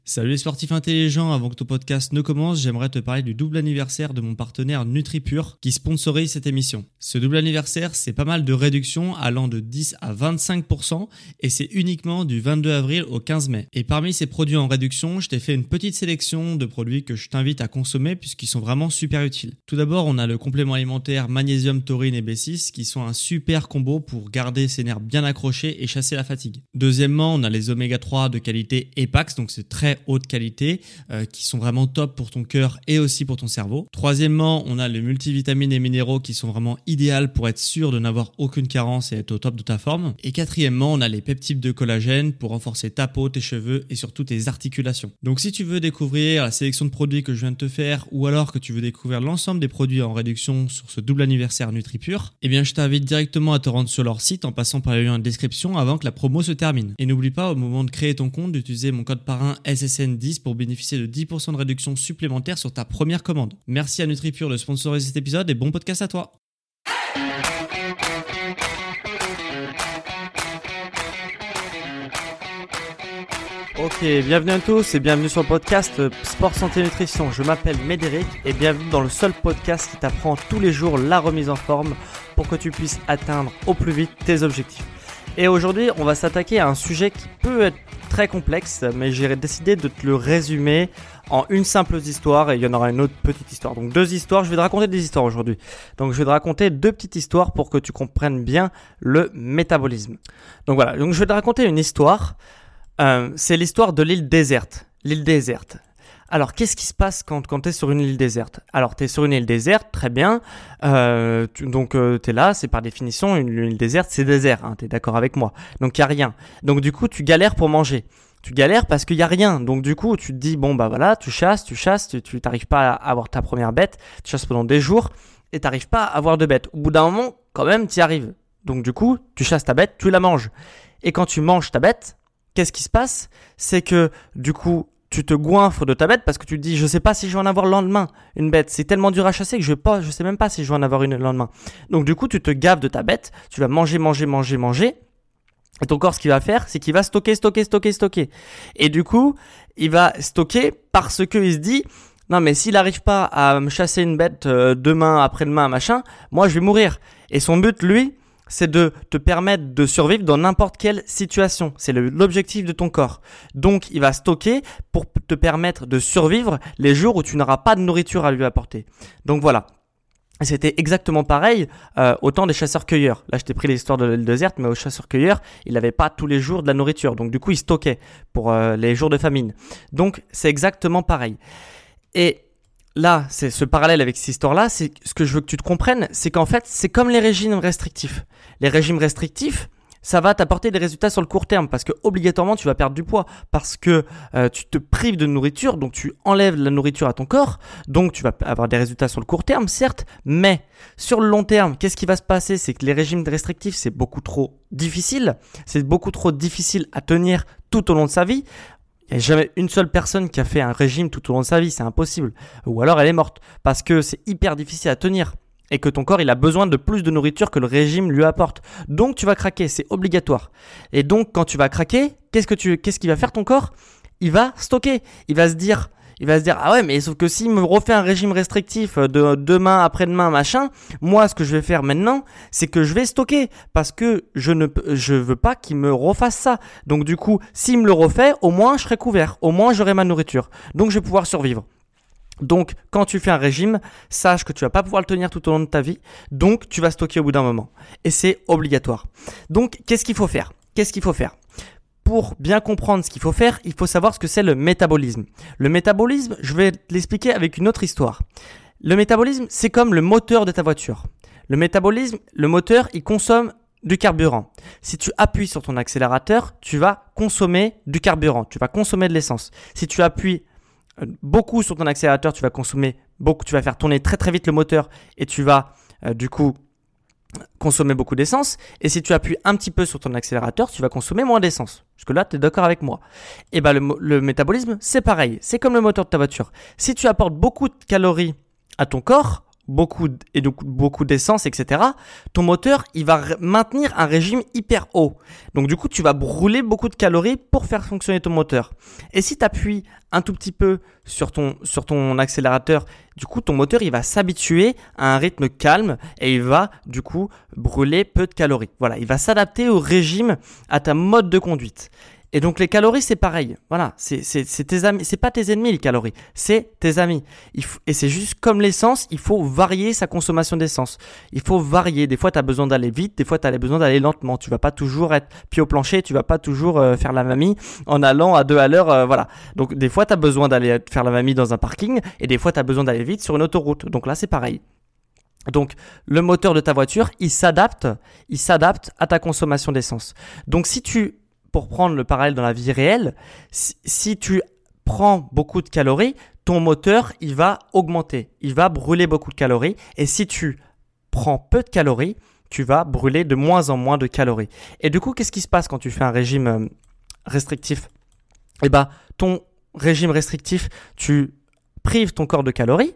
Salut les sportifs intelligents, avant que ton podcast ne commence, j'aimerais te parler du double anniversaire de mon partenaire NutriPure qui sponsorise cette émission. Ce double anniversaire, c'est pas mal de réductions allant de 10 à 25% et c'est uniquement du 22 avril au 15 mai. Et parmi ces produits en réduction, je t'ai fait une petite sélection de produits que je t'invite à consommer puisqu'ils sont vraiment super utiles. Tout d'abord, on a le complément alimentaire magnésium, taurine et B6 qui sont un super combo pour garder ses nerfs bien accrochés et chasser la fatigue. Deuxièmement, on a les oméga 3 de qualité EPAX, donc c'est très haute qualité, qui sont vraiment top pour ton cœur et aussi pour ton cerveau. Troisièmement, on a les multivitamines et minéraux qui sont vraiment idéales pour être sûr de n'avoir aucune carence et être au top de ta forme. Et quatrièmement, on a les peptides de collagène pour renforcer ta peau, tes cheveux et surtout tes articulations. Donc si tu veux découvrir la sélection de produits que je viens de te faire ou alors que tu veux découvrir l'ensemble des produits en réduction sur ce double anniversaire NutriPure, eh bien je t'invite directement à te rendre sur leur site en passant par le lien de description avant que la promo se termine. Et n'oublie pas au moment de créer ton compte d'utiliser mon code parrain SSN10 pour bénéficier de 10% de réduction supplémentaire sur ta première commande. Merci à NutriPure de sponsoriser cet épisode et bon podcast à toi. Ok, bienvenue à tous et bienvenue sur le podcast Sport Santé Nutrition. Je m'appelle Médéric et bienvenue dans le seul podcast qui t'apprend tous les jours la remise en forme pour que tu puisses atteindre au plus vite tes objectifs. Et aujourd'hui, on va s'attaquer à un sujet qui peut être très complexe, mais j'ai décidé de te le résumer en une simple histoire et il y en aura une autre petite histoire. Donc deux histoires, je vais te raconter des histoires aujourd'hui. Donc je vais te raconter deux petites histoires pour que tu comprennes bien le métabolisme. Donc voilà, donc je vais te raconter une histoire. C'est l'histoire de l'île déserte. L'île déserte. Alors, qu'est-ce qui se passe quand tu es sur une île déserte ? Alors, tu es sur une île déserte, très bien. Tu es là, c'est par définition, une île déserte, c'est désert. Hein, tu es d'accord avec moi ? Donc, il n'y a rien. Donc, du coup, tu galères pour manger. Tu galères parce qu'il n'y a rien. Donc, du coup, tu te dis, bon, bah voilà, tu chasses, tu n'arrives pas à avoir ta première bête. Tu chasses pendant des jours et tu n'arrives pas à avoir de bête. Au bout d'un moment, quand même, tu y arrives. Donc, du coup, tu chasses ta bête, tu la manges. Et quand tu manges ta bête, qu'est-ce qui se passe ? C'est que, du coup, tu te goinfres de ta bête parce que tu te dis, je sais pas si je vais en avoir le lendemain. Une bête, c'est tellement dur à chasser que je sais même pas si je vais en avoir une le lendemain. Donc du coup, tu te gaves de ta bête, tu vas manger. Et ton corps, ce qu'il va faire, c'est qu'il va stocker. Et du coup, il va stocker parce qu'il se dit, non mais s'il n'arrive pas à me chasser une bête demain, après-demain, machin, moi je vais mourir. Et son but, lui, c'est de te permettre de survivre dans n'importe quelle situation. C'est l'objectif de ton corps. Donc, il va stocker pour te permettre de survivre les jours où tu n'auras pas de nourriture à lui apporter. Donc voilà. C'était exactement pareil au temps des chasseurs-cueilleurs. Là, je t'ai pris l'histoire de l'île déserte, mais aux chasseurs-cueilleurs, il n'avait pas tous les jours de la nourriture. Donc, du coup, il stockait pour les jours de famine. Donc, c'est exactement pareil. Et là, c'est ce parallèle avec cette histoire-là, c'est ce que je veux que tu te comprennes, c'est qu'en fait, c'est comme les régimes restrictifs. Les régimes restrictifs, ça va t'apporter des résultats sur le court terme parce que obligatoirement, tu vas perdre du poids parce que tu te prives de nourriture, donc tu enlèves la nourriture à ton corps, donc tu vas avoir des résultats sur le court terme, certes, mais sur le long terme, qu'est-ce qui va se passer ? C'est que les régimes restrictifs, c'est beaucoup trop difficile à tenir tout au long de sa vie. Il n'y a jamais une seule personne qui a fait un régime tout au long de sa vie, c'est impossible. Ou alors elle est morte parce que c'est hyper difficile à tenir et que ton corps il a besoin de plus de nourriture que le régime lui apporte. Donc tu vas craquer, c'est obligatoire. Et donc quand tu vas craquer, qu'est-ce qu'il va faire ton corps ? Il va stocker, il va se dire ah ouais mais sauf que s'il me refait un régime restrictif de demain, après-demain, machin, moi ce que je vais faire maintenant, c'est que je vais stocker parce que je veux pas qu'il me refasse ça. Donc du coup, s'il me le refait, au moins je serai couvert, au moins j'aurai ma nourriture. Donc je vais pouvoir survivre. Donc quand tu fais un régime, sache que tu vas pas pouvoir le tenir tout au long de ta vie. Donc tu vas stocker au bout d'un moment et c'est obligatoire. Donc qu'est-ce qu'il faut faire ? Pour bien comprendre ce qu'il faut faire, il faut savoir ce que c'est le métabolisme. Le métabolisme, je vais te l'expliquer avec une autre histoire. Le métabolisme, c'est comme le moteur de ta voiture. Le métabolisme, le moteur, il consomme du carburant. Si tu appuies sur ton accélérateur, tu vas consommer du carburant, tu vas consommer de l'essence. Si tu appuies beaucoup sur ton accélérateur, tu vas consommer beaucoup, tu vas faire tourner très très vite le moteur et tu vas du coup consommer beaucoup d'essence. Et si tu appuies un petit peu sur ton accélérateur, tu vas consommer moins d'essence. Jusque là, tu es d'accord avec moi. Et ben le métabolisme, c'est pareil. C'est comme le moteur de ta voiture. Si tu apportes beaucoup de calories à ton corps, beaucoup d'essence, etc., ton moteur, il va maintenir un régime hyper haut. Donc du coup, tu vas brûler beaucoup de calories pour faire fonctionner ton moteur. Et si tu appuies un tout petit peu sur ton accélérateur, du coup, ton moteur, il va s'habituer à un rythme calme et il va du coup brûler peu de calories. Voilà, il va s'adapter au régime, à ta mode de conduite. Et donc les calories, c'est pareil. Voilà, c'est tes amis, c'est pas tes ennemis les calories, c'est tes amis. Et c'est juste comme l'essence, il faut varier sa consommation d'essence. Il faut varier. Des fois, tu as besoin d'aller vite, des fois, tu as besoin d'aller lentement. Tu vas pas toujours être pied au plancher, tu vas pas toujours faire la mamie en allant à 2 à l'heure. Voilà. Donc des fois, tu as besoin d'aller faire la mamie dans un parking et des fois, tu as besoin d'aller vite sur une autoroute. Donc là, c'est pareil. Donc, le moteur de ta voiture, il s'adapte à ta consommation d'essence. Donc, pour prendre le parallèle dans la vie réelle, si tu prends beaucoup de calories, ton moteur, il va augmenter. Il va brûler beaucoup de calories. Et si tu prends peu de calories, tu vas brûler de moins en moins de calories. Et du coup, qu'est-ce qui se passe quand tu fais un régime restrictif ? Eh bien, ton régime restrictif, tu prives ton corps de calories.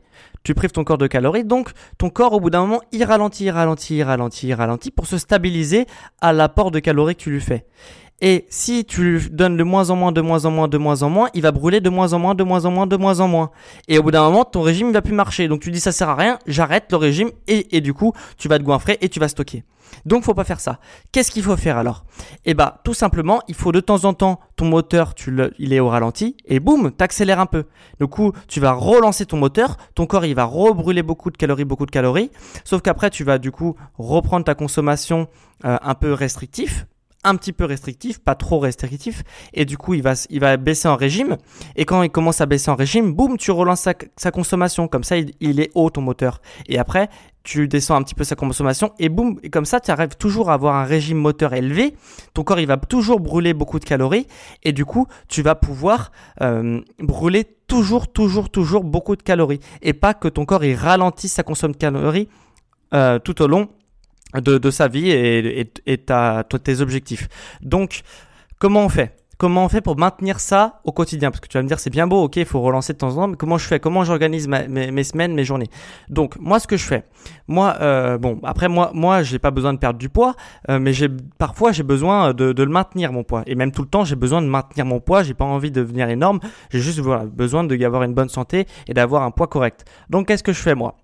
Donc ton corps, au bout d'un moment, il ralentit pour se stabiliser à l'apport de calories que tu lui fais. Et si tu lui donnes de moins en moins, il va brûler de moins en moins. Et au bout d'un moment, ton régime ne va plus marcher. Donc tu dis ça sert à rien, j'arrête le régime et du coup, tu vas te goinfrer et tu vas stocker. Donc faut pas faire ça. Qu'est-ce qu'il faut faire alors ? Eh bien, tout simplement, il faut de temps en temps, ton moteur, il est au ralenti et boum, t'accélères un peu. Du coup, tu vas relancer ton moteur, ton corps, il va rebrûler beaucoup de calories. Sauf qu'après, tu vas du coup reprendre ta consommation un peu restrictif. Un petit peu restrictif, pas trop restrictif, et du coup il va baisser en régime, et quand il commence à baisser en régime, boum, tu relances sa consommation, comme ça il est haut ton moteur, et après tu descends un petit peu sa consommation, et boum, et comme ça tu arrives toujours à avoir un régime moteur élevé, ton corps il va toujours brûler beaucoup de calories, et du coup tu vas pouvoir brûler toujours beaucoup de calories, et pas que ton corps il ralentisse sa consommation de calories tout au long de sa vie et tes objectifs. Donc, comment on fait ? Comment on fait pour maintenir ça au quotidien ? Parce que tu vas me dire, c'est bien beau, ok, il faut relancer de temps en temps, mais comment je fais ? Comment j'organise mes semaines, mes journées ? Donc, moi, ce que je fais, moi, j'ai pas besoin de perdre du poids, mais parfois, j'ai besoin de le maintenir, mon poids. Et même tout le temps, j'ai besoin de maintenir mon poids, j'ai pas envie de devenir énorme, j'ai juste besoin d'avoir une bonne santé et d'avoir un poids correct. Donc, qu'est-ce que je fais, moi ?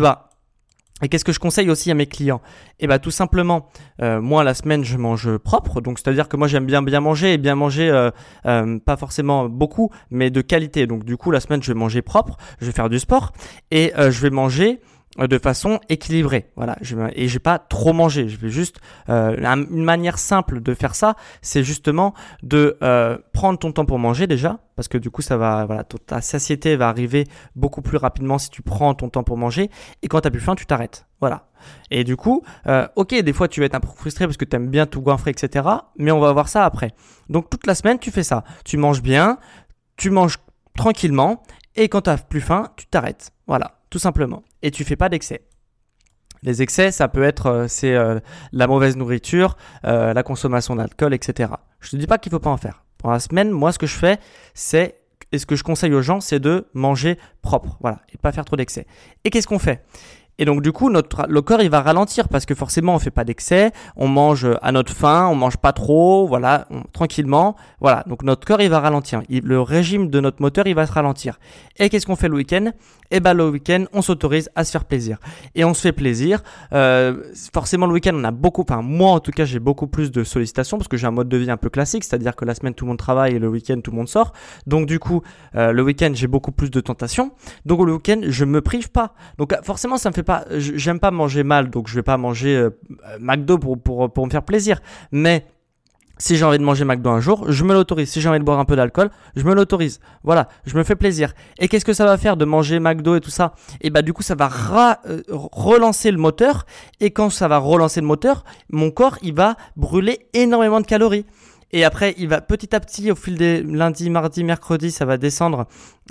Et qu'est-ce que je conseille aussi à mes clients ? Eh bien, tout simplement, moi, la semaine, je mange propre. Donc, c'est-à-dire que moi, j'aime bien manger et bien manger, pas forcément beaucoup, mais de qualité. Donc, du coup, la semaine, je vais manger propre, je vais faire du sport et je vais manger de façon équilibrée. Voilà, je vais pas trop manger. Je vais juste une manière simple de faire ça, c'est justement de prendre ton temps pour manger déjà, parce que du coup ta satiété va arriver beaucoup plus rapidement si tu prends ton temps pour manger, et quand tu as plus faim, tu t'arrêtes. Voilà. Et du coup, ok, des fois tu vas être un peu frustré parce que tu aimes bien tout goinfrer, etc. Mais on va voir ça après. Donc toute la semaine, tu fais ça. Tu manges bien, tu manges tranquillement, et quand tu n'as plus faim, tu t'arrêtes. Voilà, tout simplement. Et tu fais pas d'excès. Les excès, ça peut être la mauvaise nourriture, la consommation d'alcool, etc. Je te dis pas qu'il faut pas en faire. Pour la semaine, moi, ce que je fais, et ce que je conseille aux gens, c'est de manger propre, voilà, et pas faire trop d'excès. Et qu'est-ce qu'on fait ? Et donc du coup, le corps il va ralentir parce que forcément on fait pas d'excès, on mange à notre faim, on mange pas trop, voilà, tranquillement, voilà. Donc notre corps il va ralentir, le régime de notre moteur il va se ralentir. Et qu'est-ce qu'on fait le week-end ? Eh ben le week-end on s'autorise à se faire plaisir et on se fait plaisir. Forcément le week-end on a moi en tout cas j'ai beaucoup plus de sollicitations parce que j'ai un mode de vie un peu classique, c'est-à-dire que la semaine tout le monde travaille et le week-end tout le monde sort. Donc du coup le week-end j'ai beaucoup plus de tentations. Donc le week-end je me prive pas. Donc forcément ça me fait pas, j'aime pas manger mal, donc je vais pas manger McDo pour me faire plaisir. Mais si j'ai envie de manger McDo un jour, je me l'autorise. Si j'ai envie de boire un peu d'alcool, je me l'autorise. Voilà, je me fais plaisir. Et qu'est-ce que ça va faire de manger McDo et tout ça ? Et bah du coup, ça va relancer le moteur. Et quand ça va relancer le moteur, mon corps, il va brûler énormément de calories. Et après, il va petit à petit, au fil des lundi, mardi, mercredi, ça va descendre.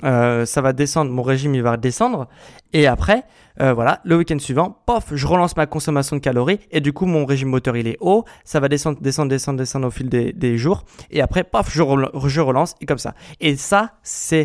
Mon régime, il va descendre. Et après, le week-end suivant, je relance ma consommation de calories. Et du coup, mon régime moteur, il est haut. Ça va descendre au fil des jours. Et après, je relance et comme ça. Et ça, c'est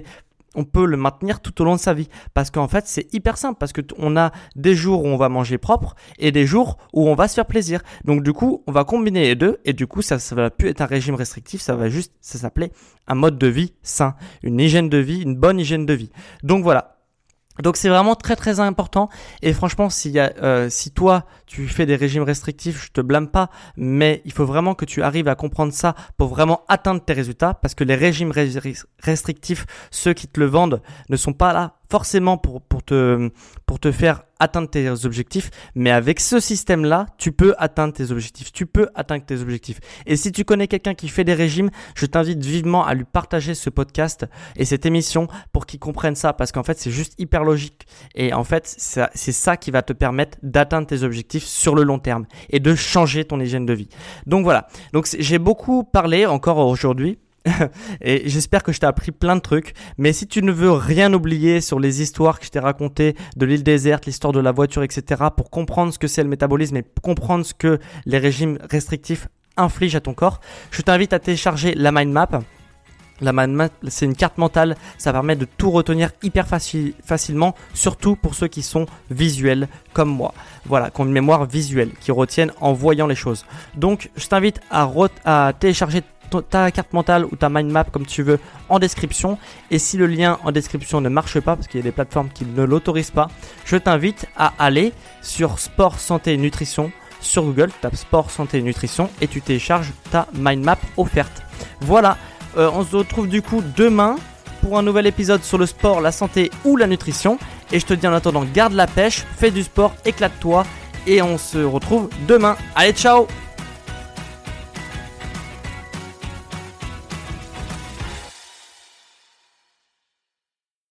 on peut le maintenir tout au long de sa vie. Parce qu'en fait, c'est hyper simple. Parce qu'on a des jours où on va manger propre et des jours où on va se faire plaisir. Donc du coup, on va combiner les deux et du coup, ça va plus être un régime restrictif. Ça s'appelait un mode de vie sain, une hygiène de vie, une bonne hygiène de vie. Donc voilà. Donc c'est vraiment très très important et franchement si toi tu fais des régimes restrictifs, je te blâme pas, mais il faut vraiment que tu arrives à comprendre ça pour vraiment atteindre tes résultats parce que les régimes restrictifs, ceux qui te le vendent ne sont pas là forcément pour te faire atteindre tes objectifs, mais avec ce système-là, tu peux atteindre tes objectifs. Et si tu connais quelqu'un qui fait des régimes, je t'invite vivement à lui partager ce podcast et cette émission pour qu'il comprenne ça parce qu'en fait, c'est juste hyper logique. Et en fait, c'est ça qui va te permettre d'atteindre tes objectifs sur le long terme et de changer ton hygiène de vie. Donc voilà. Donc j'ai beaucoup parlé encore aujourd'hui. Et j'espère que je t'ai appris plein de trucs. Mais si tu ne veux rien oublier sur les histoires que je t'ai racontées de l'île déserte, l'histoire de la voiture, etc. pour comprendre ce que c'est le métabolisme et comprendre ce que les régimes restrictifs infligent à ton corps, je t'invite à télécharger la mind map. La mind map, c'est une carte mentale, ça permet de tout retenir hyper facilement, surtout pour ceux qui sont visuels comme moi. Voilà, qui ont une mémoire visuelle, qui retiennent en voyant les choses. Donc, je t'invite à télécharger ta carte mentale ou ta mind map comme tu veux en description. Et si le lien en description ne marche pas, parce qu'il y a des plateformes qui ne l'autorisent pas, je t'invite à aller sur Sport, Santé et Nutrition sur Google, tape Sport, Santé et Nutrition et tu télécharges ta mind map offerte. Voilà. On se retrouve du coup demain pour un nouvel épisode sur le sport, la santé ou la nutrition. Et je te dis en attendant, garde la pêche, fais du sport, éclate-toi et on se retrouve demain. Allez, ciao!